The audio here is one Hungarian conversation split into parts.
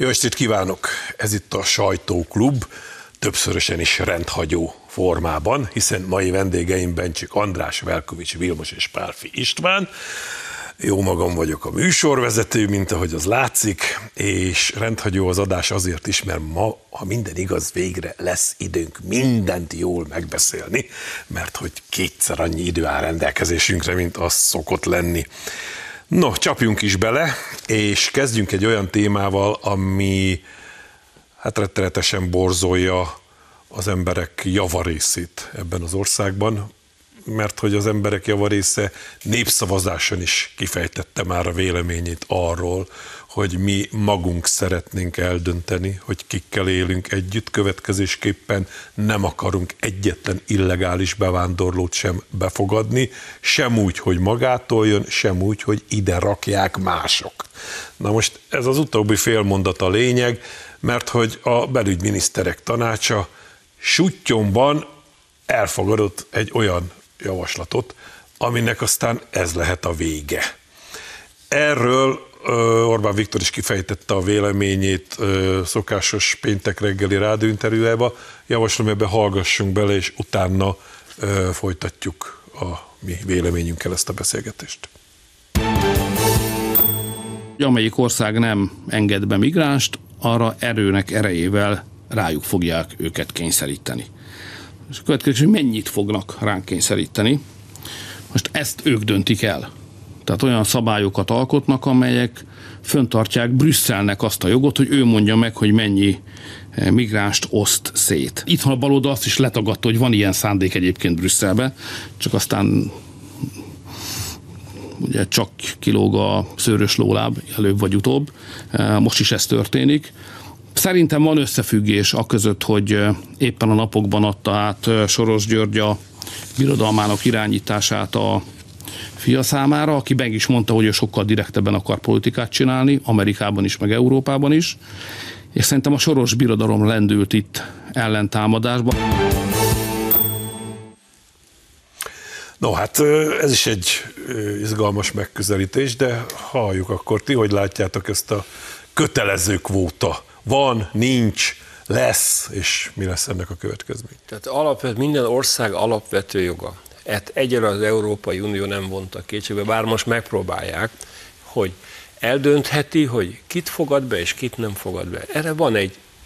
Jó estét kívánok! Ez itt a Sajtóklub, többszörösen is rendhagyó formában, hiszen mai vendégeim Bencsik András, Velkovics Vilmos és Pálffy István. Jó magam vagyok a műsorvezető, mint ahogy az látszik, és rendhagyó az adás azért is, mert ma, ha minden igaz, végre lesz időnk mindent jól megbeszélni, mert hogy kétszer annyi idő áll rendelkezésünkre, mint az szokott lenni. No, csapjunk is bele, és kezdjünk egy olyan témával, ami hát rettenetesen borzolja az emberek javarészét ebben az országban, mert hogy az emberek javarésze népszavazáson is kifejtette már a véleményét arról, hogy mi magunk szeretnénk eldönteni, hogy kikkel élünk együtt, következésképpen nem akarunk egyetlen illegális bevándorlót sem befogadni, sem úgy, hogy magától jön, sem úgy, hogy ide rakják mások. Na most ez az utóbbi félmondat a lényeg, mert hogy a belügyminiszterek tanácsa suttyomban elfogadott egy olyan javaslatot, aminek aztán ez lehet a vége. Erről Orbán Viktor is kifejtette a véleményét szokásos péntek reggeli rádióinterjújába. Javaslom, ebbe hallgassunk bele, és utána folytatjuk a mi véleményünkkel ezt a beszélgetést. Amelyik ország nem enged be migránst, arra erőnek erejével rájuk fogják őket kényszeríteni. És a következő, hogy mennyit fognak ránk kényszeríteni. Most ezt ők döntik el. Tehát olyan szabályokat alkotnak, amelyek föntartják Brüsszelnek azt a jogot, hogy ő mondja meg, hogy mennyi migránst oszt szét. Itthon a baloldal azt is letagadta, hogy van ilyen szándék egyébként Brüsszelben, csak aztán ugye csak kilóg a szőrös lóláb előbb vagy utóbb. Most is ez történik. Szerintem van összefüggés aközött, hogy éppen a napokban adta át Soros György a birodalmának irányítását a fia számára, aki meg is mondta, hogy ő sokkal direktebben akar politikát csinálni, Amerikában is, meg Európában is, és szerintem a Soros birodalom lendült itt ellentámadásba. No, hát ez is egy izgalmas megközelítés, de halljuk akkor ti, hogy látjátok ezt a kötelező kvóta. Van, nincs, lesz, és mi lesz ennek a következmény? Tehát alapvetően minden ország alapvető joga. Egyre az Európai Unió nem vonta kétségbe, bár most megpróbálják, hogy eldöntheti, hogy kit fogad be, és kit nem fogad be. Erre van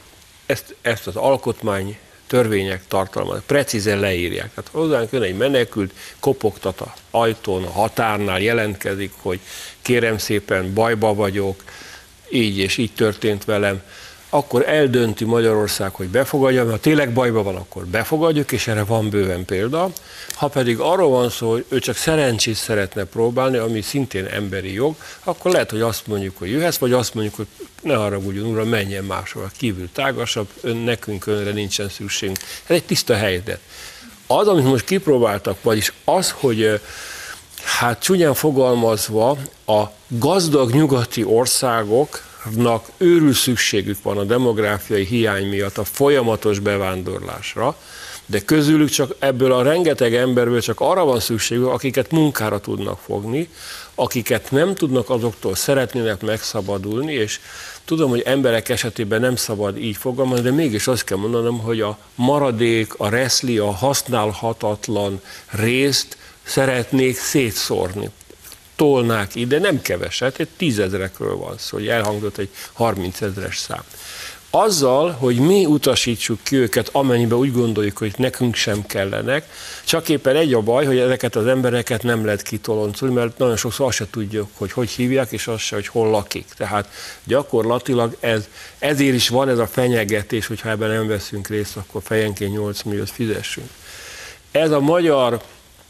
ezt az alkotmány törvények tartalmát, precízen leírják. Tehát hozzánk jön egy menekült, kopogtat az ajtón, a határnál jelentkezik, hogy kérem szépen, bajba vagyok, így és így történt velem, akkor eldönti Magyarország, hogy befogadja, mert ha tényleg bajban van, akkor befogadjuk, és erre van bőven példa. Ha pedig arról van szó, hogy ő csak szerencsét szeretne próbálni, ami szintén emberi jog, akkor lehet, hogy azt mondjuk, hogy jöhetsz, vagy azt mondjuk, hogy ne haragudjon, uram, menjen máshol, kívül tágasabb, nekünk önre nincsen szükségünk. Ez egy tiszta helyzet. Az, amit most kipróbáltak, vagyis az, hogy hát csúnyán fogalmazva a gazdag nyugati országoknak őrül szükségük van a demográfiai hiány miatt a folyamatos bevándorlásra, de közülük csak ebből a rengeteg emberből csak arra van szükségük, akiket munkára tudnak fogni, akiket nem tudnak, azoktól szeretnének megszabadulni, és tudom, hogy emberek esetében nem szabad így fogalmazni, de mégis azt kell mondanom, hogy a maradék, a reszli, a használhatatlan részt szeretnék szétszórni. Tolnák ide, nem keveset, egy 10 000-ekről van szó, hogy elhangzott egy 30 000-es szám. Azzal, hogy mi utasítsuk ki őket, amennyiben úgy gondoljuk, hogy nekünk sem kellenek, csak éppen egy a baj, hogy ezeket az embereket nem lehet kitoloncolni, mert nagyon sokszor azt se tudjuk, hogy hívják, és azt se, hogy hol lakik. Tehát gyakorlatilag ezért is van ez a fenyegetés, hogy ha ebben nem veszünk részt, akkor fejenként 8 milliót fizessünk. Ez a magyar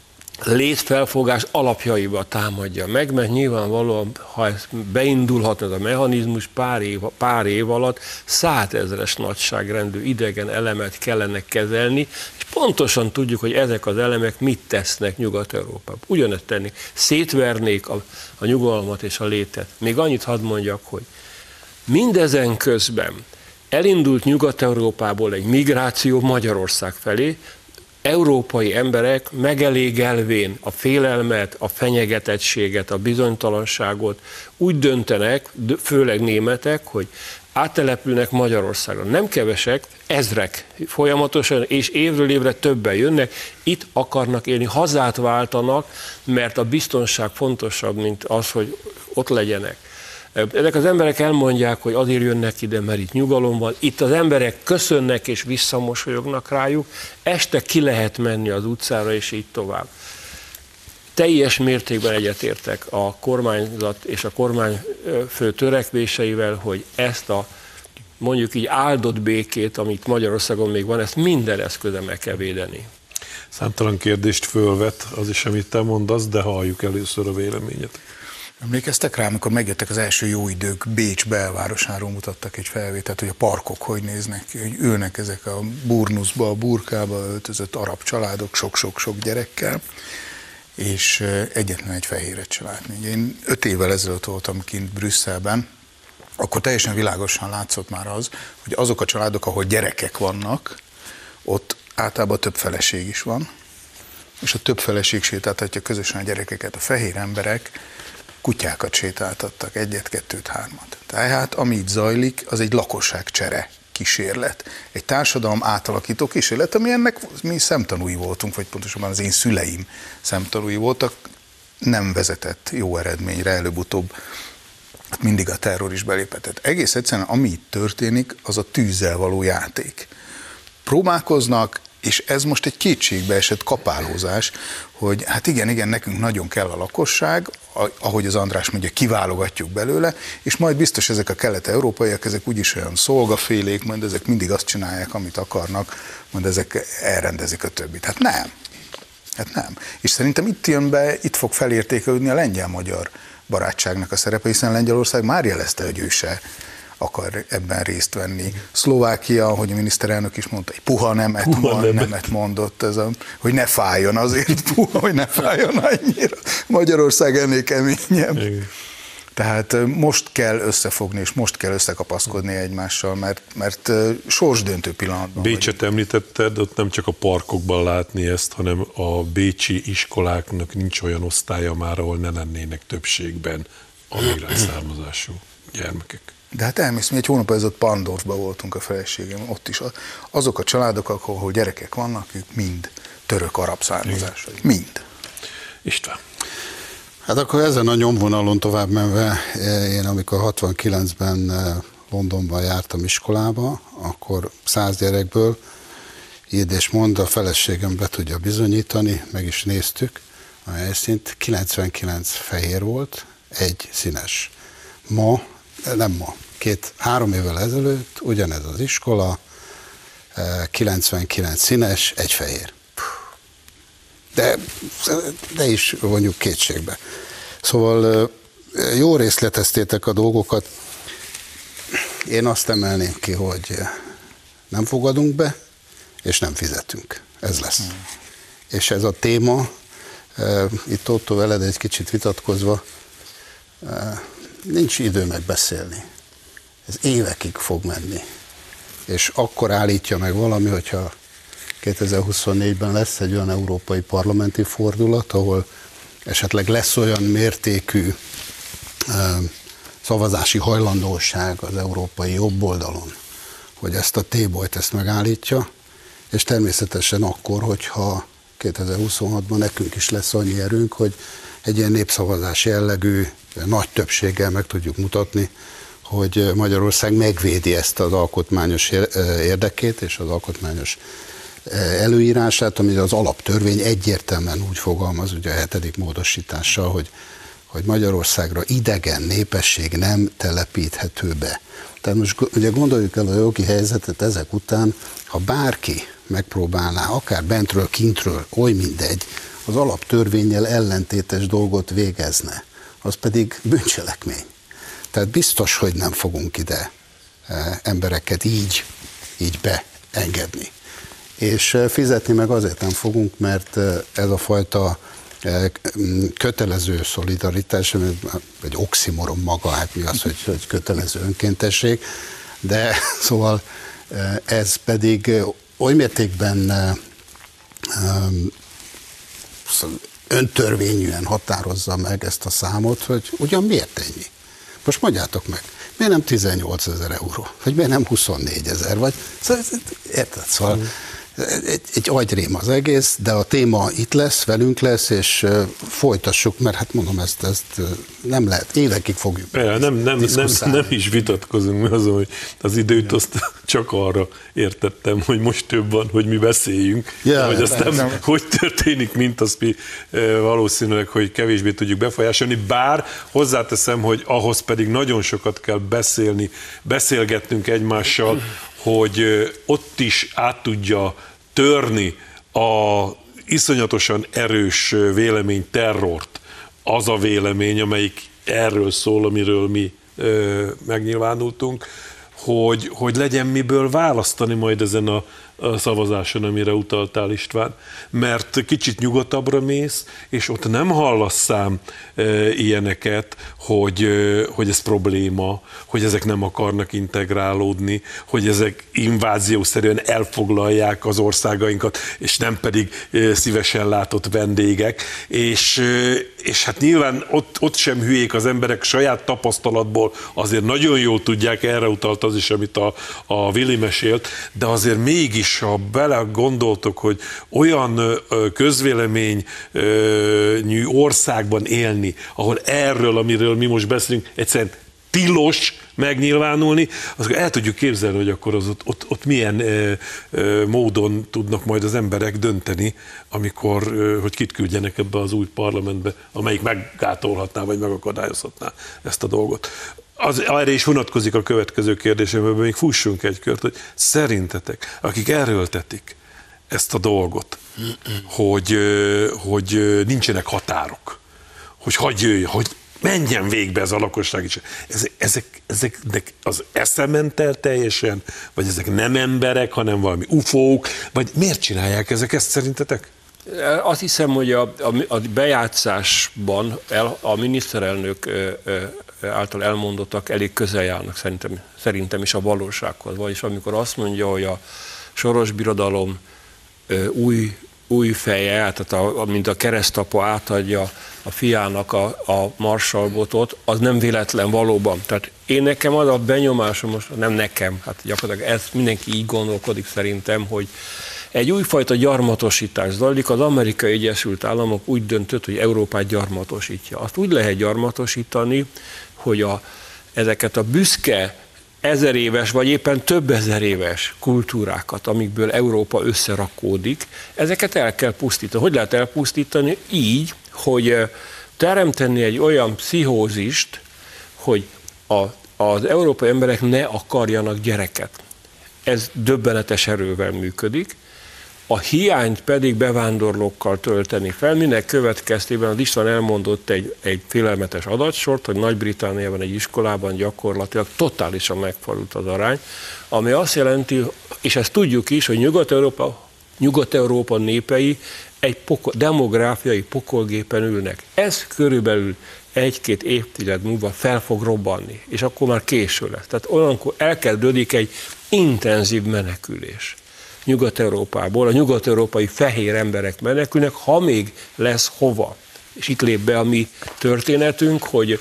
létfelfogás alapjaiba támadja meg, mert nyilvánvalóan, ha ez beindulhat ez a mechanizmus, pár év alatt 100 000-es nagyságrendű idegen elemet kellene kezelni, és pontosan tudjuk, hogy ezek az elemek mit tesznek Nyugat-Európában. Ugyanezt tenni, szétvernék a nyugalmat és a létet. Még annyit hadd mondjak, hogy mindezen közben elindult Nyugat-Európából egy migráció Magyarország felé, európai emberek megelégelvén a félelmet, a fenyegetettséget, a bizonytalanságot úgy döntenek, főleg németek, hogy áttelepülnek Magyarországra. Nem kevesek, ezrek folyamatosan, és évről évre többen jönnek, itt akarnak élni, hazát váltanak, mert a biztonság fontosabb, mint az, hogy ott legyenek. Ezek az emberek elmondják, hogy azért jönnek ide, mert itt nyugalom van. Itt az emberek köszönnek és visszamosolyognak rájuk. Este ki lehet menni az utcára, és így tovább. Teljes mértékben egyetértek a kormányzat és a kormányfő törekvéseivel, hogy ezt a mondjuk így áldott békét, amit Magyarországon még van, ezt minden eszközzel meg kell védeni. Számtalan kérdést fölvet az is, amit te mondasz, de halljuk először a véleményet. Emlékeztek rá, amikor megjöttek az első jó idők, Bécs belvárosáról mutattak egy felvételt, hogy a parkok hogy néznek ki, hogy ülnek ezek a burnuszba, a burkába öltözött arab családok sok-sok-sok gyerekkel, és egyetlen egy fehéret se látni. Én 5 évvel ezelőtt voltam kint Brüsszelben, akkor teljesen világosan látszott már az, hogy azok a családok, ahol gyerekek vannak, ott általában több feleség is van, és a több feleség sétáltatja közösen a gyerekeket. A fehér emberek kutyákat sétáltattak, 1, 2, 3. Tehát ami itt zajlik, az egy lakosságcsere kísérlet. Egy társadalom átalakító kísérlet, ami ennek mi szemtanúi voltunk, vagy pontosabban az én szüleim szemtanúi voltak, nem vezetett jó eredményre, előbb-utóbb mindig a terror is belépett. Egész egyszerűen, ami itt történik, az a tűzzel való játék. Próbálkoznak, és ez most egy kétségbeesett kapálózás, hogy hát igen, nekünk nagyon kell a lakosság, ahogy az András mondja, kiválogatjuk belőle, és majd biztos ezek a kelet-európaiak, ezek úgyis olyan szolgafélék, majd ezek mindig azt csinálják, amit akarnak, majd ezek elrendezik a többit. Hát nem. És szerintem itt fog felértékelődni a lengyel-magyar barátságnak a szerepe, hiszen Lengyelország már jelezte, hogy ő se akar ebben részt venni. Szlovákia, ahogy a miniszterelnök is mondta, egy puha nemet mondott, hogy ne fájjon, azért puha, hogy ne fájjon annyira. Magyarország ennél keményebb. Tehát most kell összefogni, és most kell összekapaszkodni egymással, mert sorsdöntő pillanatban Bécset említetted, ott nem csak a parkokban látni ezt, hanem a bécsi iskoláknak nincs olyan osztálya már, ahol ne lennének többségben a migráns származású gyermekek. De hát elmész, mi egy hónap ezelőtt Pandorfban voltunk a feleségem, ott is azok a családok, ahol gyerekek vannak, ők mind török-arab származású. Mind. István. Hát akkor ezen a nyomvonalon tovább menve, én amikor 69-ben Londonban jártam iskolába, akkor 100 gyerekből írd és mond, a feleségem be tudja bizonyítani, meg is néztük a helyszínt, 99 fehér volt, 1 színes. Nem ma, 3 évvel ezelőtt ugyanez az iskola, 99 színes, 1 fehér. De is vonjuk kétségbe. Szóval jó részleteztétek a dolgokat. Én azt emelném ki, hogy nem fogadunk be, és nem fizetünk. Ez lesz. És ez a téma, itt Otto veled egy kicsit vitatkozva, nincs idő megbeszélni. Ez évekig fog menni. És akkor állítja meg valami, hogyha 2024-ben lesz egy olyan európai parlamenti fordulat, ahol esetleg lesz olyan mértékű szavazási hajlandóság az európai jobboldalon, hogy ezt a tébolyt ezt megállítja, és természetesen akkor, hogyha 2026-ban nekünk is lesz annyi erőnk, hogy egy ilyen népszavazás jellegű, nagy többséggel meg tudjuk mutatni, hogy Magyarország megvédi ezt az alkotmányos érdekét és az alkotmányos előírását, amit az alaptörvény egyértelműen úgy fogalmaz, ugye a 7. módosítással, hogy Magyarországra idegen népesség nem telepíthető be. Tehát most ugye gondoljuk el a jogi helyzetet ezek után, ha bárki megpróbálná, akár bentről, kintről, oly mindegy, az alaptörvénnyel ellentétes dolgot végezne, az pedig bűncselekmény. Tehát biztos, hogy nem fogunk ide embereket így beengedni. És fizetni meg azért nem fogunk, mert ez a fajta kötelező szolidaritás, egy oximoron maga, hát mi az, hogy kötelező önkéntesség, de szóval ez pedig oly mértékben öntörvényűen határozza meg ezt a számot, hogy ugyan miért ennyi? Most mondjátok meg, miért nem 18 000 euró? Vagy miért nem 24 000? Vagy, szóval, érted? Szóval egy agyrém az egész, de a téma itt lesz, velünk lesz, és folytassuk, mert hát mondom, ezt nem lehet, évekig fogjuk. Nem is vitatkozunk azon, hogy az időt azt csak arra értettem, hogy most több van, hogy mi beszéljünk, hogy aztán hogy történik, mint azt mi valószínűleg, hogy kevésbé tudjuk befolyásolni, bár hozzáteszem, hogy ahhoz pedig nagyon sokat kell beszélgetnünk egymással, hogy ott is át tudja törni a iszonyatosan erős véleményterrort az a vélemény, amelyik erről szól, amiről mi megnyilvánultunk, hogy legyen miből választani majd ezen a szavazáson, amire utaltál, István, mert kicsit nyugatabbra mész, és ott nem hallasz szám ilyeneket, hogy ez probléma, hogy ezek nem akarnak integrálódni, hogy ezek inváziószerűen elfoglalják az országainkat, és nem pedig szívesen látott vendégek, és hát nyilván ott sem hülyék az emberek, saját tapasztalatból azért nagyon jól tudják, erre utalt az is, amit a Vili mesélt, de azért mégis, ha belegondoltok, hogy olyan közvéleményű országban élni, ahol erről, amiről mi most beszélünk, egyszerűen tilos megnyilvánulni, akkor el tudjuk képzelni, hogy akkor ott milyen módon tudnak majd az emberek dönteni, amikor, hogy kit küldjenek ebbe az új parlamentbe, amelyik meggátolhatná, vagy megakadályozhatná ezt a dolgot. Erre is vonatkozik a következő kérdésemben, még fussunk egy kört, hogy szerintetek, akik erőltetik ezt a dolgot, hogy nincsenek határok, hogy hagyj jöjjön, hogy menjen végbe ez a lakosság is. Ezeknek az esze ment el teljesen, vagy ezek nem emberek, hanem valami ufók, vagy miért csinálják ezt szerintetek? Azt hiszem, hogy a bejátszásban a miniszterelnök által elmondottak elég közel járnak szerintem is a valósághoz. Vagyis amikor azt mondja, hogy a Soros Birodalom új feje, tehát mint a keresztapa átadja a fiának a marsalbotot, az nem véletlen valóban. Tehát nekem az a benyomásom, most nem nekem, hát gyakorlatilag ez mindenki így gondolkodik szerintem, hogy egy újfajta gyarmatosítás zajlik, az Amerikai Egyesült Államok úgy döntött, hogy Európát gyarmatosítja. Azt úgy lehet gyarmatosítani, hogy ezeket a büszke 1000 éves, vagy éppen több ezer éves kultúrákat, amikből Európa összerakódik, ezeket el kell pusztítani. Hogy lehet elpusztítani? Így, hogy teremteni egy olyan pszichózist, hogy az európai emberek ne akarjanak gyereket. Ez döbbenetes erővel működik. A hiányt pedig bevándorlókkal tölteni fel. Minek következtében az István elmondott egy félelmetes adatsort, hogy Nagy-Britanniában egy iskolában gyakorlatilag totálisan megfordult az arány, ami azt jelenti, és ezt tudjuk is, hogy Nyugat-Európa népei egy demográfiai pokolgépen ülnek. Ez körülbelül 1-2 évtized múlva fel fog robbanni, és akkor már késő lesz. Tehát olyankor elkezdődik egy intenzív menekülés Nyugat-Európából, a nyugat-európai fehér emberek menekülnek, ha még lesz hova. És itt lép be a mi történetünk, hogy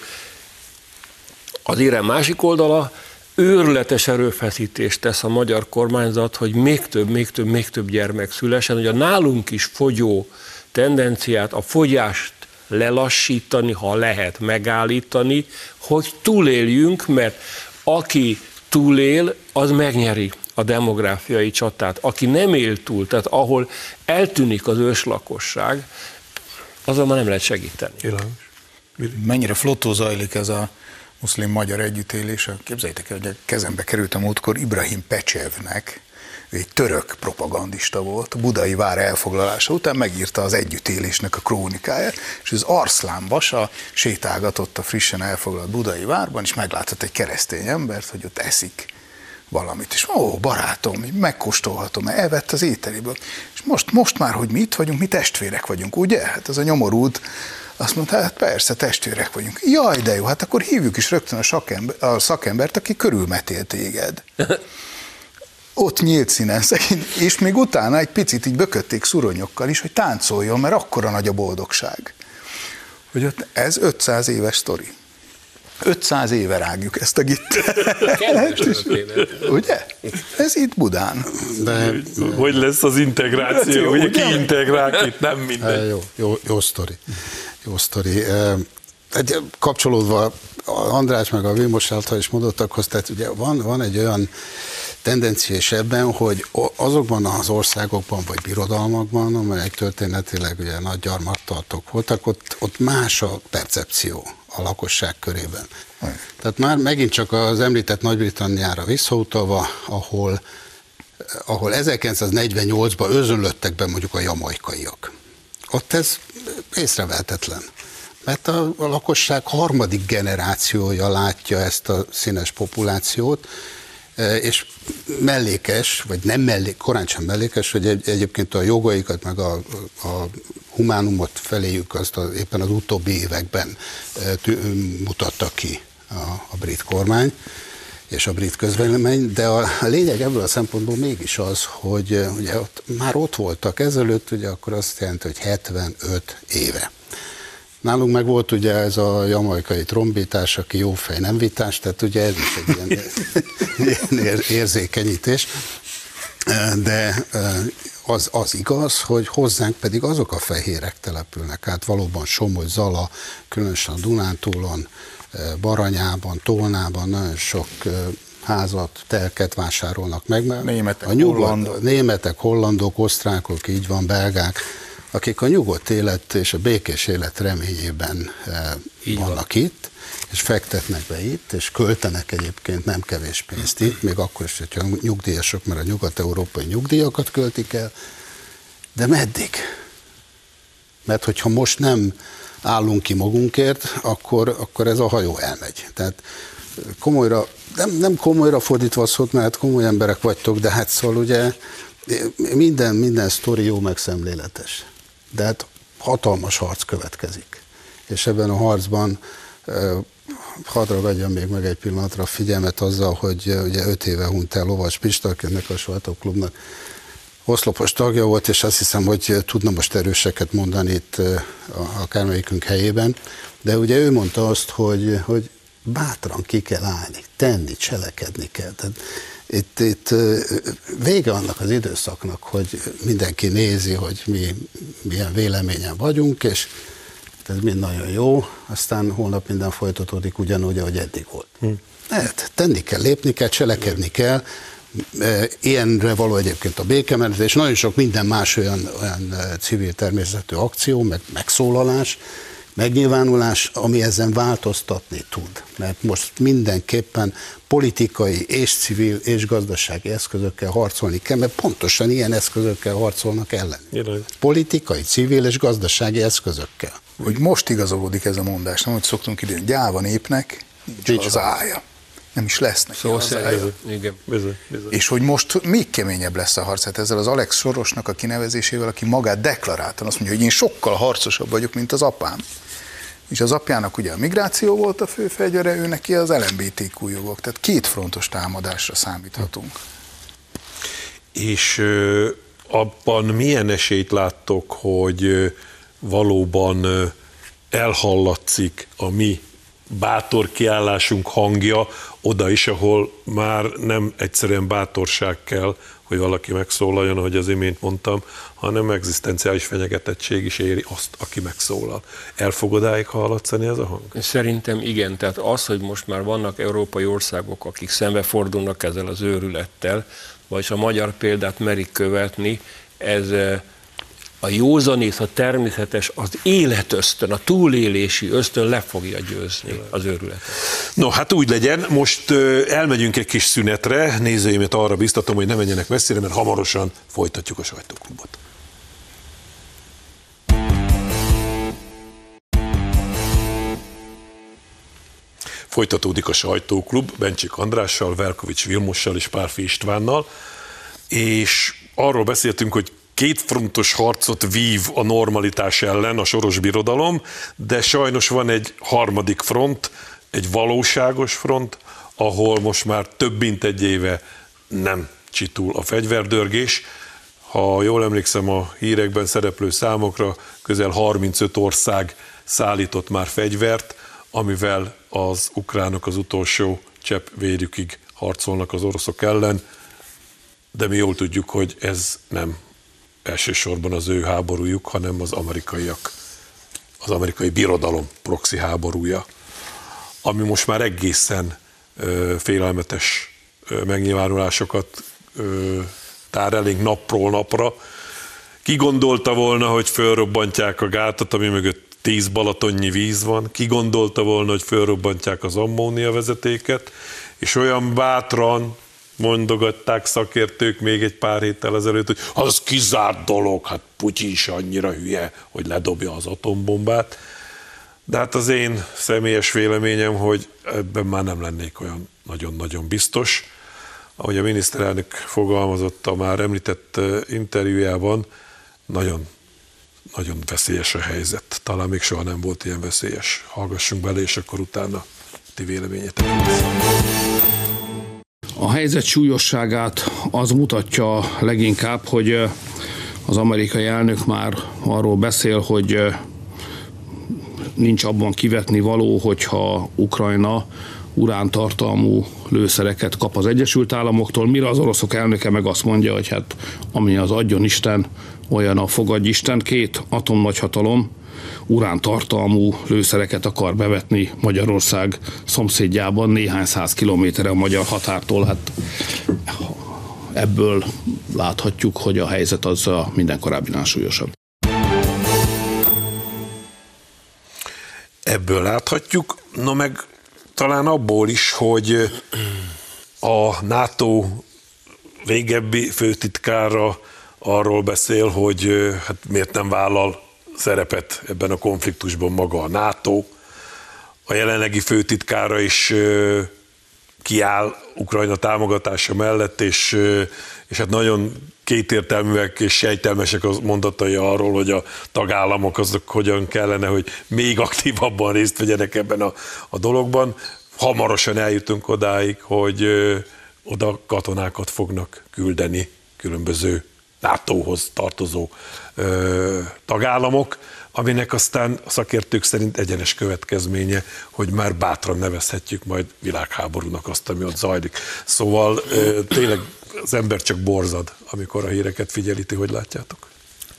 az érem másik oldala őrületes erőfeszítést tesz a magyar kormányzat, hogy még több gyermek szülessen, hogy a nálunk is fogyó tendenciát, a fogyást lelassítani, ha lehet megállítani, hogy túléljünk, mert aki túlél, az megnyeri a demográfiai csatát. Aki nem él túl, tehát ahol eltűnik az őslakosság, azon már nem lehet segíteni. Mennyire flottó zajlik ez a muszlim-magyar együttélés? Képzeljétek el, hogy a kezembe került a múltkor Ibrahim Pecsevnek, ő egy török propagandista volt, a budai vár elfoglalása után megírta az együttélésnek a krónikáját, és az Arslan Basa sétálgatott a frissen elfoglalt budai várban, és meglátott egy keresztény embert, hogy ott eszik valamit, és barátom, megkóstolhatom, elvett az ételéből. És most már, hogy mi itt vagyunk, mi testvérek vagyunk, ugye? Hát az a nyomorult azt mondta, hát persze, testvérek vagyunk. Jaj, de jó, hát akkor hívjuk is rögtön a szakembert, aki körülmetél téged. Ott nyílt színen szegény, és még utána egy picit így bökötték szuronyokkal is, hogy táncoljon, mert akkora nagy a boldogság. Hogy ott ez 500 éves sztori. 500 éve rágjuk ezt a gittet. Kedves történet. Ugye? Ez itt Budán. De, hogy lesz az integráció, ugye ki integrál itt, nem mindegy. Jó sztori. Jó sztori. Kapcsolódva András meg a Vilmos által is mondottakhoz, tehát ugye van egy olyan tendencia is ebben, hogy azokban az országokban vagy birodalmakban, amelyek történetileg ugye nagy gyarmattartók voltak, ott más a percepció a lakosság körében. Tehát már megint csak az említett Nagy-Britanniára visszautalva, ahol 1948-ban özönlöttek be mondjuk a jamaikaiak. Ott ez észrevehetetlen. Mert a lakosság harmadik generációja látja ezt a színes populációt, és mellékes, vagy nem mellékes, korán sem mellékes, hogy egyébként a jogaikat, meg a humánumot feléjük azt éppen az utóbbi években mutatta ki a brit kormány és a brit közvélemény, de a lényeg ebből a szempontból mégis az, hogy ugye már ott voltak ezelőtt, ugye akkor azt jelenti, hogy 75 éve. Nálunk meg volt ugye ez a jamaikai trombitás, aki jó fej, nem vitás, tehát ugye ez is egy ilyen érzékenyítés, de az igaz, hogy hozzánk pedig azok a fehérek települnek át, valóban Somogy, Zala, különösen a Dunántúlon, Baranyában, Tolnában nagyon sok házat, telket vásárolnak meg. Németek, hollandok, osztrákok, így van, belgák, akik a nyugodt élet és a békés élet reményében vannak itt, és fektetnek be itt, és költenek egyébként nem kevés pénzt itt, még akkor is, hogyha nyugdíjasok, mert a nyugat-európai nyugdíjakat költik el, de meddig? Mert hogyha most nem állunk ki magunkért, akkor ez a hajó elmegy. Tehát komolyra, nem komolyra fordítva a szót, mert komoly emberek vagytok, de hát szóval ugye minden sztori jó meg szemléletes. De hát hatalmas harc következik. És ebben a harcban hadd ragadjam még meg egy pillanatra a figyelmet azzal, hogy ugye 5 éve hunyt el Lovas Pista, akinek a sajtóklubnak oszlopos tagja volt, és azt hiszem, hogy tudna most erőseket mondani itt akármelyikünk helyében, de ugye ő mondta azt, hogy bátran ki kell állni, tenni, cselekedni kell. Tehát itt vége annak az időszaknak, hogy mindenki nézi, hogy mi milyen véleményen vagyunk, és ez mind nagyon jó, aztán holnap minden folytatódik ugyanúgy, ahogy eddig volt. Hát, tenni kell, lépni kell, cselekedni kell, ilyenre való egyébként a békemenet, és nagyon sok minden más olyan civil természetű akció, meg megszólalás, megnyilvánulás, ami ezen változtatni tud. Mert most mindenképpen politikai és civil és gazdasági eszközökkel harcolni kell, mert pontosan ilyen eszközökkel harcolnak ellen. Politikai, civil és gazdasági eszközökkel. Hogy most igazolódik ez a mondás, nem, hogy szoktunk idén, gyáva népnek nincs az ája. Nem is lesznek. Szóval igen. Bizony. És hogy most még keményebb lesz a harc, hát ezzel az Alex Sorosnak a kinevezésével, aki magát deklaráltan azt mondja, hogy én sokkal harcosabb vagyok, mint az apám. És az apjának ugye a migráció volt a fő fegyvere, ő neki az LMBTQ jogok. Tehát kétfrontos támadásra számíthatunk. És abban milyen esélyt láttok, hogy valóban elhallatszik a mi bátor kiállásunk hangja oda is, ahol már nem egyszerűen bátorság kell, hogy valaki megszólaljon, ahogy az imént mondtam, hanem egzisztenciális fenyegetettség is éri azt, aki megszólal. El fog odáig hallatszani ez a hang? Szerintem igen, tehát az, hogy most már vannak európai országok, akik szembefordulnak ezzel az őrülettel, vagy a magyar példát merik követni, ez a józanész, a természetes, az életösztön, a túlélési ösztön le fogja győzni az őrületet. No, hát úgy legyen, most elmegyünk egy kis szünetre, nézőimet arra biztatom, hogy ne menjenek messzire, mert hamarosan folytatjuk a sajtóklubot. Folytatódik a sajtóklub Bencsik Andrással, Velkovics Vilmossal és Pálffy Istvánnal, és arról beszéltünk, hogy kétfrontos harcot vív a normalitás ellen a Soros Birodalom, de sajnos van egy harmadik front, egy valóságos front, ahol most már több mint egy éve nem csitul a fegyverdörgés. Ha jól emlékszem a hírekben szereplő számokra, közel 35 ország szállított már fegyvert, amivel az ukránok az utolsó csepp vérükig harcolnak az oroszok ellen, de mi jól tudjuk, hogy ez nem elsősorban az ő háborújuk, hanem az amerikai birodalom proxy háborúja, ami most már egészen félelmetes megnyilvánulásokat tár elénk napról napra. Ki gondolta volna, hogy fölrobbantják a gátat, ami mögött 10 balatonnyi víz van, ki gondolta volna, hogy fölrobbantják az ammónia vezetéket, és olyan bátran mondogatták szakértők még egy pár héttel ezelőtt, hogy az kizárt dolog, hát Putyin is annyira hülye, hogy ledobja az atombombát. De hát az én személyes véleményem, hogy ebben már nem lennék olyan nagyon-nagyon biztos. Ahogy a miniszterelnök fogalmazott a már említett interjújában, nagyon veszélyes a helyzet. Talán még soha nem volt ilyen veszélyes. Hallgassunk bele, és akkor utána ti véleményetek. A helyzet súlyosságát az mutatja leginkább, hogy az amerikai elnök már arról beszél, hogy nincs abban kivetni való, hogyha Ukrajna urántartalmú lőszereket kap az Egyesült Államoktól, mire az oroszok elnöke meg azt mondja, hogy hát ami az adjon Isten, olyan a fogadj Isten, 2 atomnagyhatalom urántartalmú lőszereket akar bevetni Magyarország szomszédjában, néhány 100 kilométerre a magyar határtól. Hát ebből láthatjuk, hogy a helyzet az a minden korábbinál súlyosabb. Ebből láthatjuk, no meg talán abból is, hogy a NATO régebbi főtitkára arról beszél, hogy hát miért nem vállal szerepet ebben a konfliktusban maga a NATO. A jelenlegi főtitkára is kiáll Ukrajna támogatása mellett, és hát nagyon kétértelműek és sejtelmesek az mondatai arról, hogy a tagállamok azok hogyan kellene, hogy még aktívabban részt vegyenek ebben a dologban. Hamarosan eljutunk odáig, hogy oda katonákat fognak küldeni különböző NATO-hoz tartozó tagállamok, aminek aztán a szakértők szerint egyenes következménye, hogy már bátran nevezhetjük majd világháborúnak azt, ami ott zajlik. Szóval tényleg az ember csak borzad, amikor a híreket figyeli, ti hogy látjátok?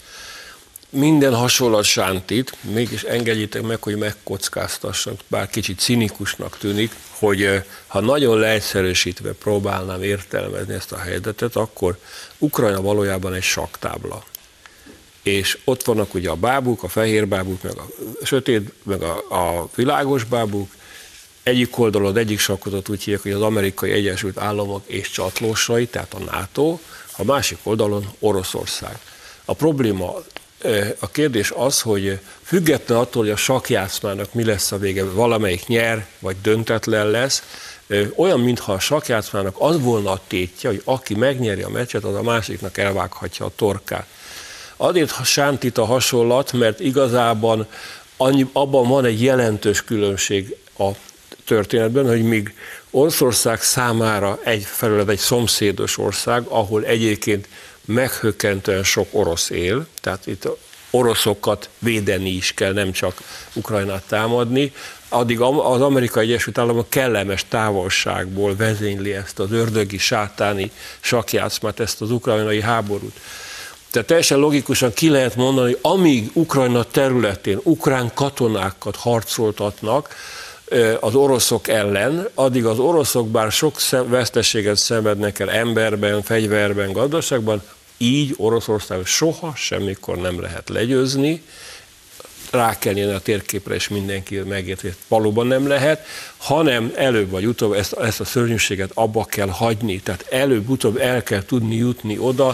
Minden hasonlat sántít, mégis engedjétek meg, hogy megkockáztassak, bár kicsit cinikusnak tűnik, hogy ha nagyon leegyszerűsítve próbálnám értelmezni ezt a helyzetet, akkor Ukrajna valójában egy sakktábla. És ott vannak ugye a bábuk, a fehér bábuk, meg a sötét, meg a világos bábuk. Egyik oldalon, egyik sakkotot úgy hívják, hogy az Amerikai Egyesült Államok és csatlósai, tehát a NATO, a másik oldalon Oroszország. A probléma, a kérdés az, hogy független attól, hogy a sakkjátszmának mi lesz a vége, valamelyik nyer, vagy döntetlen lesz, olyan, mintha a sakkjátszmának az volna a tétje, hogy aki megnyeri a meccset, az a másiknak elvághatja a torkát. Azért sántít a hasonlat, mert igazában abban van egy jelentős különbség a történetben, hogy míg Oroszország számára egyfelől egy szomszédos ország, ahol egyébként meghökkentően sok orosz él, tehát itt oroszokat védeni is kell, nem csak Ukrajnát támadni, addig az Amerikai Egyesült Államok kellemes távolságból vezényli ezt az ördögi, sátáni sakkjátszmát, ezt az ukrajnai háborút. Tehát teljesen logikusan ki lehet mondani, hogy amíg Ukrajna területén ukrán katonákat harcoltatnak az oroszok ellen, addig az oroszok bár sok veszteséget szenvednek el emberben, fegyverben, gazdaságban, így Oroszország soha semmikor nem lehet legyőzni, rá kell jönni a térképre, és mindenki megérti, hogy valóban nem lehet, hanem előbb vagy utóbb ezt a szörnyűséget abba kell hagyni. Tehát előbb-utóbb el kell tudni jutni oda,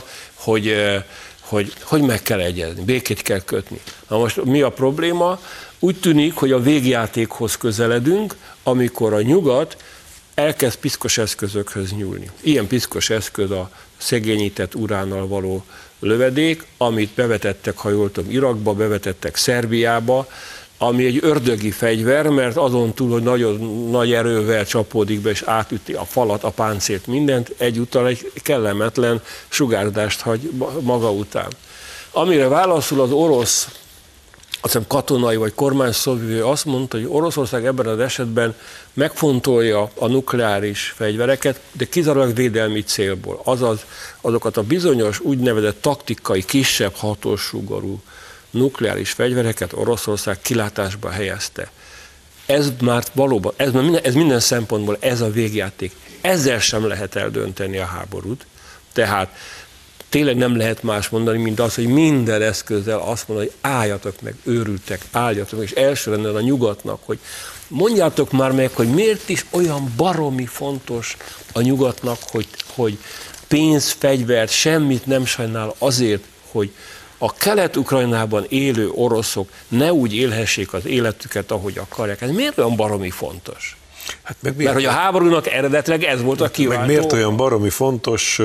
hogy meg kell egyezni, békét kell kötni. Na most mi a probléma? Úgy tűnik, hogy a végjátékhoz közeledünk, amikor a nyugat elkezd piszkos eszközökhöz nyúlni. Ilyen piszkos eszköz a szegényített uránnal való lövedék, amit bevetettek, ha jól tudom, Irakba, bevetettek Szerbiába, ami egy ördögi fegyver, mert azon túl, hogy nagyon nagy erővel csapódik be, és átüti a falat, a páncélt, mindent, egyúttal egy kellemetlen sugárzást hagy maga után. Amire válaszul az orosz hiszem katonai vagy kormányszóvivő azt mondta, hogy Oroszország ebben az esetben megfontolja a nukleáris fegyvereket, de kizárólag védelmi célból. Azaz azokat a bizonyos úgynevezett taktikai, kisebb hatósugarú nukleáris fegyvereket Oroszország kilátásba helyezte. Ez már valóban, ez minden szempontból ez a végjáték. Ezzel sem lehet eldönteni a háborút. Tehát tényleg nem lehet más mondani, mint az, hogy minden eszközzel azt mondani, hogy álljatok meg, őrültek, álljatok meg, és elsőrendben a nyugatnak, hogy mondjátok már meg, hogy miért is olyan baromi fontos a nyugatnak, hogy pénz, fegyvert, semmit nem sajnál azért, hogy a Kelet-Ukrajnában élő oroszok ne úgy élhessék az életüket, ahogy akarják. Ez miért olyan baromi fontos? Hát mert hogy a háborúnak eredetileg ez volt a kiváltó. Meg miért olyan baromi fontos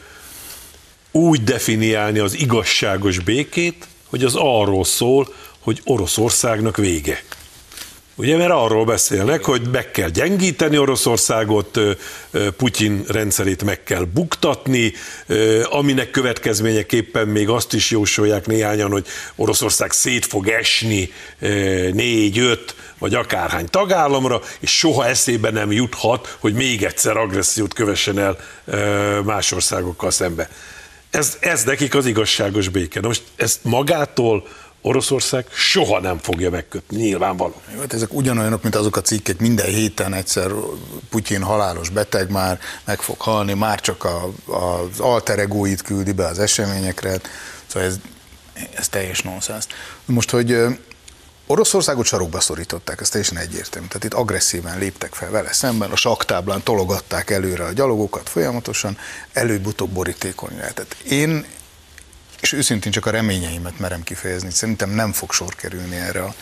úgy definiálni az igazságos békét, hogy az arról szól, hogy Oroszországnak vége. Ugye, mert arról beszélnek, hogy meg kell gyengíteni Oroszországot, Putyin rendszerét meg kell buktatni, aminek következményeképpen még azt is jósolják néhányan, hogy Oroszország szét fog esni 4-5 vagy akárhány tagállamra, és soha eszébe nem juthat, hogy még egyszer agressziót kövessen el más országokkal szembe. Ez nekik az igazságos béke. Na most ezt magától Oroszország soha nem fogja megkötni, nyilvánvaló. Hát ezek ugyanolyanok, mint azok a cikkek, minden héten egyszer Putyin halálos beteg, már meg fog halni, már csak az alter egóit küldi be az eseményekre, szóval ez teljes nonsens. Most, hogy Oroszországot sarokba szorították, ez teljesen egyértelmű. Tehát itt agresszíven léptek fel vele szemben, a sakktáblán tologatták előre a gyalogokat folyamatosan, előbb-utóbb borítékolni lehetett. Én, és őszintén csak a reményeimet merem kifejezni, szerintem nem fog sor kerülni erre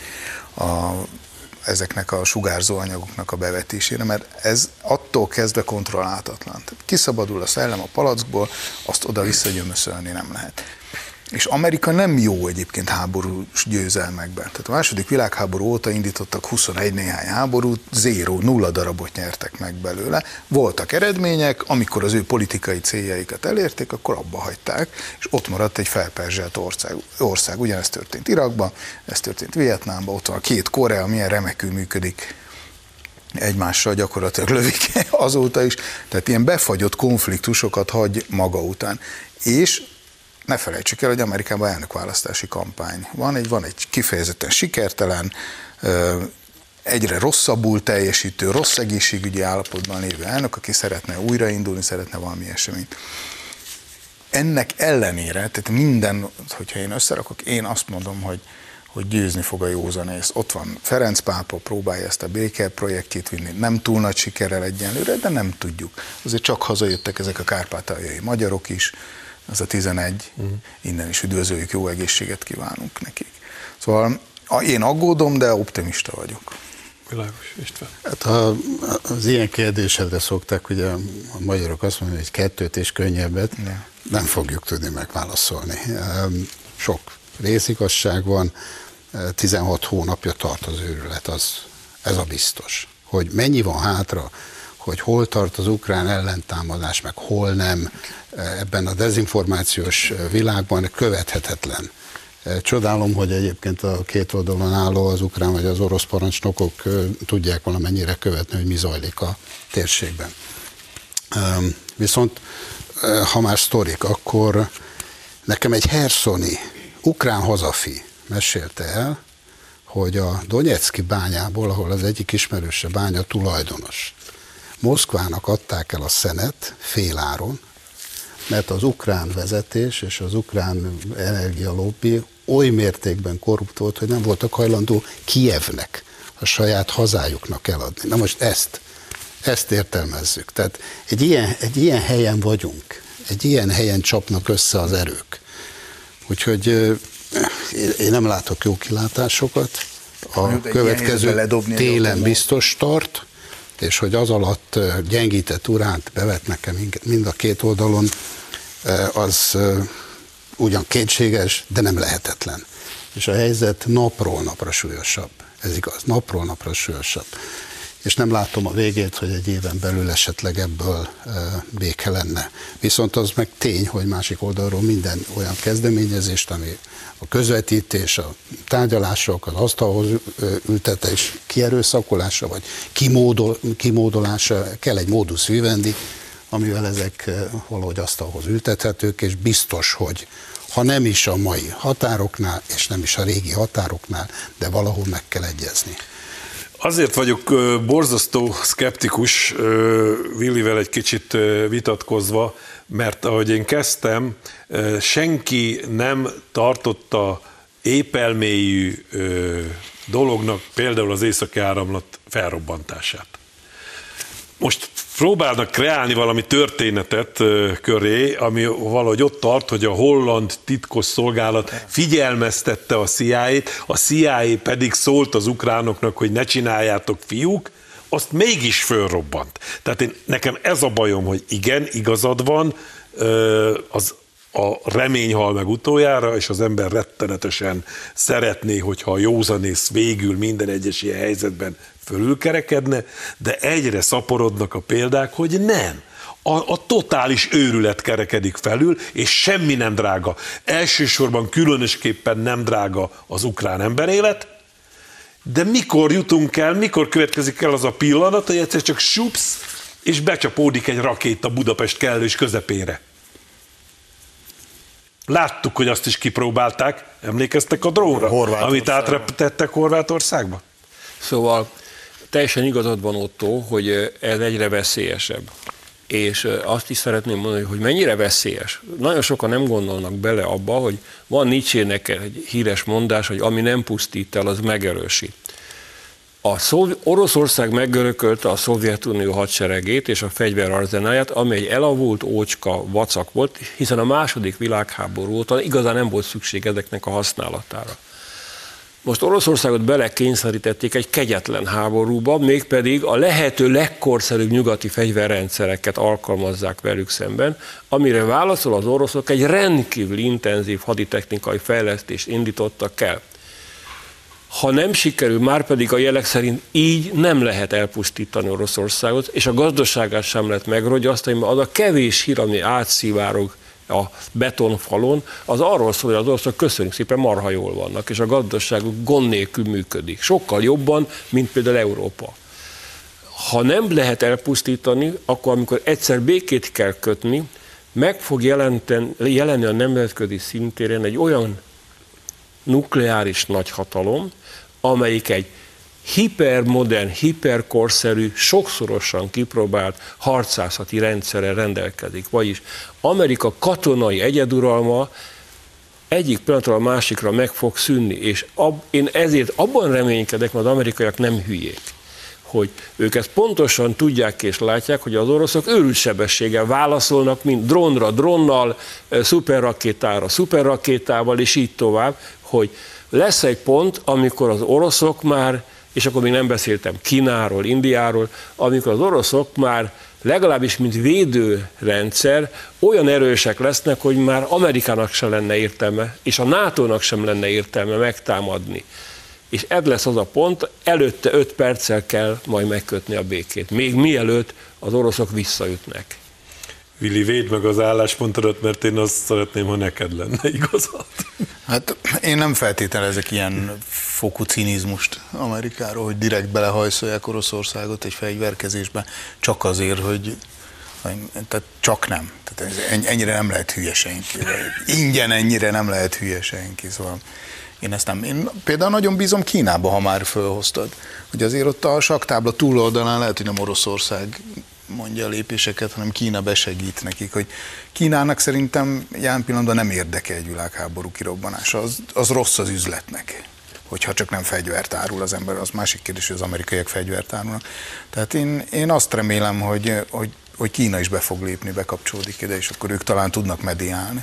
ezeknek a sugárzó anyagoknak a bevetésére, mert ez attól kezdve kontrollálhatatlan. Tehát kiszabadul a szellem a palackból, azt oda visszagyömöszölni nem lehet. És Amerika nem jó egyébként háborús győzelmekben. Tehát a második világháború óta indítottak 21 néhány háborút, 0 darabot nyertek meg belőle. Voltak eredmények, amikor az ő politikai céljaikat elérték, akkor abba hagyták, és ott maradt egy felperzselt ország. Ugyanezt történt Irakban, ez történt Vietnámban, ott van a 2 Korea, milyen remekül működik egymással, gyakorlatilag lövik azóta is. Tehát ilyen befagyott konfliktusokat hagy maga után. És ne felejtsük el, hogy Amerikában elnökválasztási kampány van egy kifejezetten sikertelen, egyre rosszabbul teljesítő, rossz egészségügyi állapotban lévő elnök, aki szeretne újraindulni, szeretne valami eseményt. Ennek ellenére, tehát minden, hogyha én összerakok, én azt mondom, hogy győzni fog a józanész. Ott van Ferenc pápa, próbálja ezt a békeprojektjét vinni, nem túl nagy sikerrel egyenlőre, de nem tudjuk. Azért csak hazajöttek ezek a kárpátaljai magyarok is, az a 11, innen is üdvözöljük, jó egészséget kívánunk nekik. Szóval én aggódom, de optimista vagyok. Világos, István. Hát az ilyen kérdésedre szokták, ugye a magyarok azt mondják, hogy 2 és könnyebbet, nem fogjuk tudni megválaszolni. Sok részigazság van, 16 hónapja tart az őrület, ez a biztos. Hogy mennyi van hátra, hogy hol tart az ukrán ellentámadás, meg hol nem, ebben a dezinformációs világban követhetetlen. Csodálom, hogy egyébként a 2 oldalon álló az ukrán vagy az orosz parancsnokok tudják valamennyire követni, hogy mi zajlik a térségben. Viszont, ha már sztorik, akkor nekem egy herszoni ukrán hazafi mesélte el, hogy a Donetszki bányából, ahol az egyik ismerőse bánya tulajdonos, Moszkvának adták el a szenet féláron, mert az ukrán vezetés és az ukrán energialobbi oly mértékben korrupt volt, hogy nem voltak hajlandó Kijevnek, a saját hazájuknak eladni. Na most ezt értelmezzük. Tehát egy ilyen helyen vagyunk, egy ilyen helyen csapnak össze az erők. Úgyhogy én nem látok jó kilátásokat. A következő télen biztos tart, és hogy az alatt gyengített uránt bevetnek-e mind a 2 oldalon, az ugyan kétséges, de nem lehetetlen. És a helyzet napról napra súlyosabb. Ez igaz, napról napra súlyosabb. és nem látom a végét, hogy egy éven belül esetleg ebből béke lenne. Viszont az meg tény, hogy másik oldalról minden olyan kezdeményezést, ami a közvetítés, a tárgyalások, az asztalhoz ültetés kierőszakolása, vagy kimódolása, kell egy modus vivendi, amivel ezek valahogy asztalhoz ültethetők, és biztos, hogy ha nem is a mai határoknál, és nem is a régi határoknál, de valahol meg kell egyezni. Azért vagyok borzasztó szkeptikus, Willivel egy kicsit vitatkozva, mert ahogy én kezdtem, senki nem tartotta épelmélyű dolognak például az északi áramlat felrobbantását. Most próbálnak kreálni valami történetet köré, ami valahogy ott tart, hogy a holland titkosszolgálat figyelmeztette a CIA-t, a CIA pedig szólt az ukránoknak, hogy ne csináljátok, fiúk, azt mégis fölrobbant. Tehát nekem ez a bajom, hogy igen, igazad van, a remény hal meg utoljára, és az ember rettenetesen szeretné, hogyha a józanész végül minden egyes ilyen helyzetben fölülkerekedne, de egyre szaporodnak a példák, hogy nem. A totális őrület kerekedik felül, és semmi nem drága. Elsősorban különösképpen nem drága az ukrán emberélet, de mikor jutunk el, mikor következik el az a pillanat, hogy egyszer csak supsz, és becsapódik egy rakéta Budapest kellős közepére. Láttuk, hogy azt is kipróbálták, emlékeztek a drónra, amit átreptettek Horvátországba? Szóval teljesen igazad van, Otto, hogy ez egyre veszélyesebb. És azt is szeretném mondani, hogy mennyire veszélyes. Nagyon sokan nem gondolnak bele abba, hogy van Nietzsének egy híres mondás, hogy ami nem pusztít el, az megerősít. Oroszország megörökölte a Szovjetunió hadseregét és a fegyverarzenáját, ami egy elavult, ócska vacak volt, hiszen a második világháború óta igazán nem volt szükség ezeknek a használatára. Most Oroszországot belekényszerítették egy kegyetlen háborúba, mégpedig a lehető legkorszerűbb nyugati fegyverrendszereket alkalmazzák velük szemben, amire válaszol az oroszok egy rendkívül intenzív haditechnikai fejlesztést indítottak el. Ha nem sikerül, már pedig a jelek szerint így nem lehet elpusztítani Oroszországot, és a gazdaságát sem lehet megrogyasztani, mert az a kevés hír, ami átszivárog a betonfalon, az arról szól, hogy az oroszok köszönjük szépen, marha jól vannak, és a gazdaságuk gond nélkül működik. Sokkal jobban, mint például Európa. Ha nem lehet elpusztítani, akkor amikor egyszer békét kell kötni, meg fog jelenni a nemzetközi szintéren egy olyan nukleáris nagyhatalom, amelyik egy hipermodern, hiperkorszerű, sokszorosan kipróbált harcászati rendszerrel rendelkezik. Vagyis Amerika katonai egyeduralma egyik pillanatról a másikra meg fog szűnni, és én ezért abban reménykedek, mert az amerikaiak nem hülyék, hogy ők ezt pontosan tudják és látják, hogy az oroszok őrült sebességgel válaszolnak, mint drónra drónnal, szuperrakétára szuperrakétával, és így tovább, hogy lesz egy pont, amikor az oroszok már, és akkor még nem beszéltem Kínáról, Indiáról, amikor az oroszok már legalábbis mint védőrendszer olyan erősek lesznek, hogy már Amerikának sem lenne értelme, és a NATO-nak sem lenne értelme megtámadni. És ez lesz az a pont, előtte 5 perccel kell majd megkötni a békét, még mielőtt az oroszok visszaütnek. Willi, védd meg az álláspontodat, mert én azt szeretném, ha neked lenne igazad. Hát én nem feltételezek ilyen fokú cinizmust Amerikáról, hogy direkt belehajszolják Oroszországot egy fegyverkezésbe, csak azért, hogy tehát csak nem. Tehát ennyire nem lehet hülye senki. Ingyen ennyire nem lehet hülye senki. Szóval én például nagyon bízom Kínába, ha már fölhoztad, hogy azért ott a sakktábla túloldalán lehet, hogy nem Oroszország mondja a lépéseket, hanem Kína besegít nekik, hogy Kínának szerintem jelen pillanatban nem érdeke egy világháború kirobbanása, az rossz az üzletnek, hogyha csak nem fegyvert árul az ember, az másik kérdés, hogy az amerikaiak fegyvert árulnak. Tehát én azt remélem, hogy Kína is be fog lépni, bekapcsolódik ide, és akkor ők talán tudnak mediálni.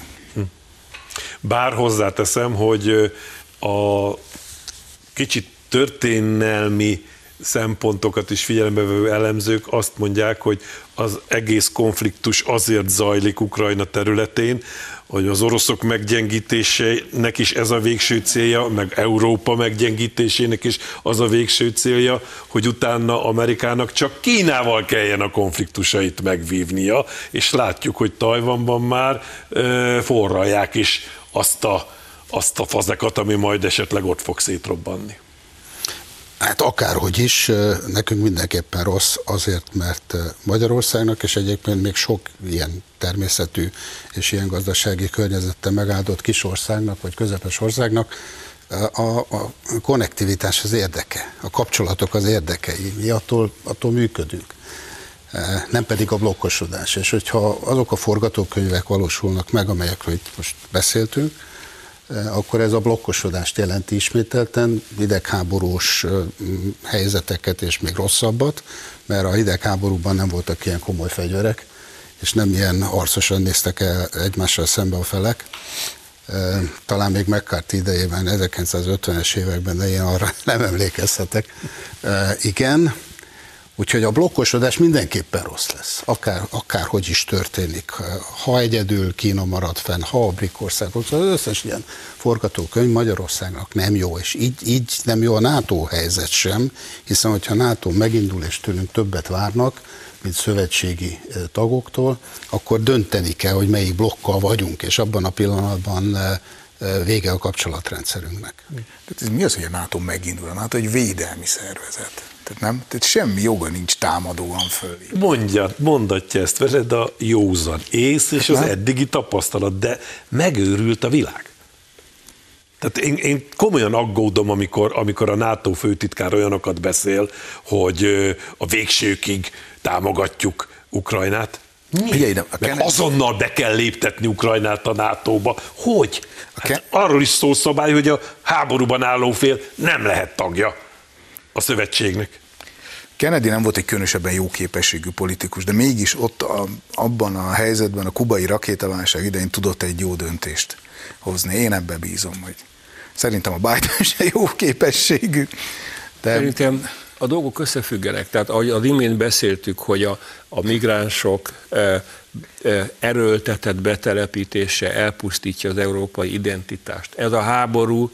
Bár hozzáteszem, hogy a kicsit történelmi szempontokat is figyelembe vevő elemzők azt mondják, hogy az egész konfliktus azért zajlik Ukrajna területén, hogy az oroszok meggyengítésének is ez a végső célja, meg Európa meggyengítésének is az a végső célja, hogy utána Amerikának csak Kínával kelljen a konfliktusait megvívnia, és látjuk, hogy Tajvanban már forralják is azt a fazekat, ami majd esetleg ott fog szétrobbanni. Hát akárhogy is, nekünk mindenképpen rossz azért, mert Magyarországnak, és egyébként még sok ilyen természetű és ilyen gazdasági környezettel megáldott kis országnak, vagy közepes országnak a konnektivitás az érdeke, a kapcsolatok az érdekei, mi attól működünk, nem pedig a blokkosodás. És hogyha azok a forgatókönyvek valósulnak meg, amelyekről itt most beszéltünk, akkor ez a blokkosodást jelenti ismételten, hidegháborús helyzeteket és még rosszabbat, mert a hidegháborúban nem voltak ilyen komoly fegyverek, és nem ilyen arcosan néztek el egymással szembe a felek. Talán még McCarthy idejében, 1950-es években, de én arra nem emlékezhetek. Igen, úgyhogy a blokkosodás mindenképpen rossz lesz, akárhogy is történik. Ha egyedül Kína marad fenn, ha a BRIC országok, az összes ilyen forgatókönyv Magyarországnak nem jó, és így nem jó a NATO helyzet sem, hiszen hogyha a NATO megindul és tőlünk többet várnak, mint szövetségi tagoktól, akkor dönteni kell, hogy melyik blokkal vagyunk, és abban a pillanatban vége a kapcsolatrendszerünknek. Ez mi az, hogy a NATO megindul? A NATO egy védelmi szervezet. Tehát semmi joga nincs támadóan fölé. Mondatja ezt veled a józan ész és az eddigi tapasztalat, de megőrült a világ. Tehát én komolyan aggódom, amikor a NATO főtitkár olyanokat beszél, hogy a végsőkig támogatjuk Ukrajnát. Azonnal be kell léptetni Ukrajnát a NATO-ba. Hogy? Hát arról is szól szabály, hogy a háborúban álló fél nem lehet tagja a szövetségnek. Kennedy nem volt egy különösebben jó képességű politikus, de mégis ott abban a helyzetben a kubai rakétaválság idején tudott egy jó döntést hozni. Én ebbe bízom, hogy szerintem a Biden se jó képességű. De... Szerintem a dolgok összefüggenek. Tehát ahogy az imént beszéltük, hogy a migránsok erőltetett betelepítése elpusztítja az európai identitást. Ez a háború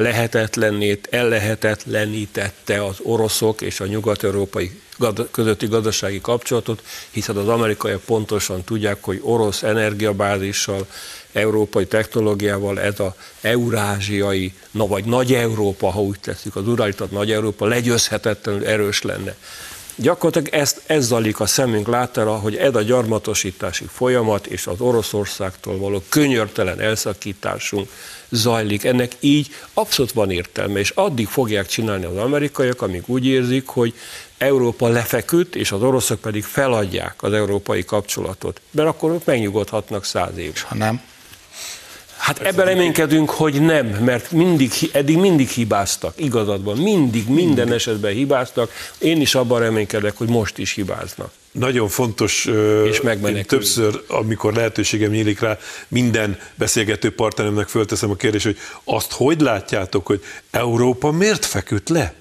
ellehetetlenítette az oroszok és a nyugat-európai közötti gazdasági kapcsolatot, hiszen az amerikaiak pontosan tudják, hogy orosz energiabázissal, európai technológiával ez az eurázsiai, vagy Nagy Európa, ha úgy tesszük, az uralított Nagy Európa legyőzhetetlenül erős lenne. Gyakorlatilag ez zajlik a szemünk láttára, hogy ez a gyarmatosítási folyamat és az Oroszországtól való könyörtelen elszakításunk zajlik. Ennek így abszolút van értelme, és addig fogják csinálni az amerikaiak, amíg úgy érzik, hogy Európa lefeküdt, és az oroszok pedig feladják az európai kapcsolatot. Mert akkor ők megnyugodhatnak 100 évig. Ha nem? Hát ebben reménykedünk, hogy nem, mert eddig mindig hibáztak, igazadban, minden esetben hibáztak. Én is abban reménykedek, hogy most is hibáznak. Nagyon fontos, és én többször, amikor lehetőségem nyílik rá, minden beszélgető partneremnek fölteszem a kérdést, hogy azt hogy látjátok, hogy Európa miért feküdt le?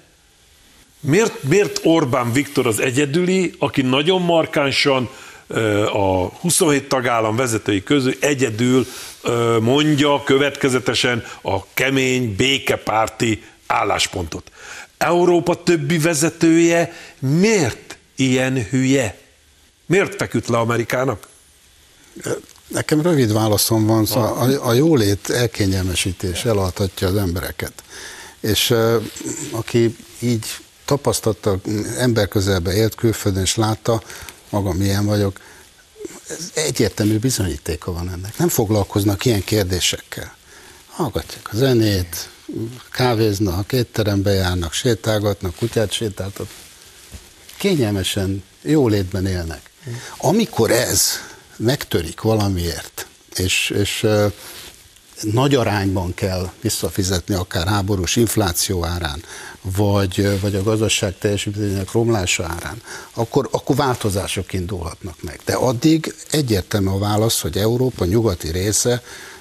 Miért Orbán Viktor az egyedüli, aki nagyon markánsan a 27 tagállam vezetői közül egyedül mondja következetesen a kemény, békepárti álláspontot. Európa többi vezetője miért ilyen hülye? Miért feküdt le Amerikának? Nekem rövid válaszom van, szóval a jólét elkényelmesítés elaltatja az embereket. És aki így tapasztalta, emberközelbe élt, külföldön és látta, magam ilyen vagyok, ez egyértelmű bizonyítéka van ennek. Nem foglalkoznak ilyen kérdésekkel. Hallgatják a zenét, kávéznak, étterembe járnak, sétálgatnak, kutyát sétáltatnak. Kényelmesen, jólétben élnek. Amikor ez megtörik valamiért, és nagy arányban kell visszafizetni, akár háborús infláció árán, vagy a gazdaság teljesítményének romlása árán, akkor változások indulhatnak meg. De addig egyértelmű a válasz, hogy Európa nyugati része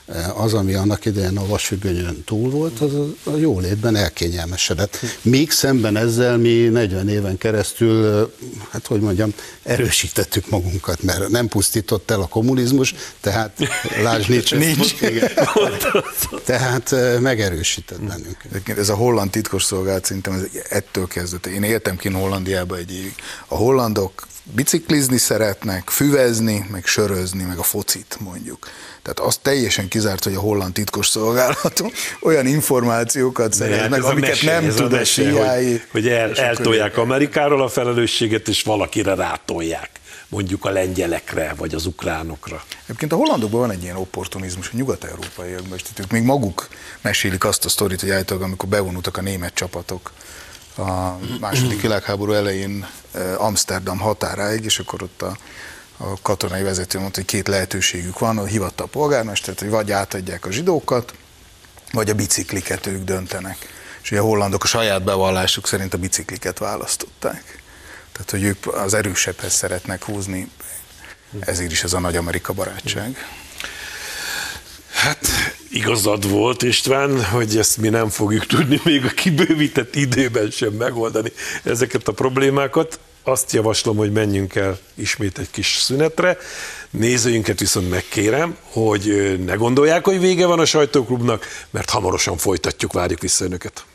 Az, ami annak idején a vasfüggönyön túl volt, az a jólétben elkényelmesedett. Míg szemben ezzel mi 40 éven keresztül, hát hogy mondjam, erősítettük magunkat, mert nem pusztított el a kommunizmus, tehát lásd nincs. Tehát megerősített bennünket. Ez a holland titkosszolgálat szerintem ez ettől kezdett. Én éltem kint Hollandiába egy évig. A hollandok biciklizni szeretnek, füvezni, meg sörözni, meg a focit mondjuk. Tehát az teljesen kizárt, hogy a holland titkosszolgálat olyan információkat szerez meg, amiket nem tud a CIA. Hogy eltolják Amerikáról a felelősséget, és valakire rátolják. Mondjuk a lengyelekre, vagy az ukránokra. Egyébként a hollandokban van egy ilyen opportunizmus, a nyugat-európaiakban, és ők még maguk mesélik azt a sztorit, hogy általában, amikor bevonultak a német csapatok a második világháború elején Amsterdam határáig, és akkor ott a katonai vezető mondta, hogy két lehetőségük van, hívatta a polgármestert, hogy vagy átadják a zsidókat, vagy a bicikliket ők döntenek. És ugye a hollandok a saját bevallásuk szerint a bicikliket választották. Tehát, hogy ők az erősebbhez szeretnek húzni, ezért is ez a nagy Amerika barátság. Hát igazad volt, István, hogy ezt mi nem fogjuk tudni még a kibővített időben sem megoldani ezeket a problémákat. Azt javaslom, hogy menjünk el ismét egy kis szünetre. Nézőinket viszont megkérem, hogy ne gondolják, hogy vége van a sajtóklubnak, mert hamarosan folytatjuk, várjuk vissza önöket.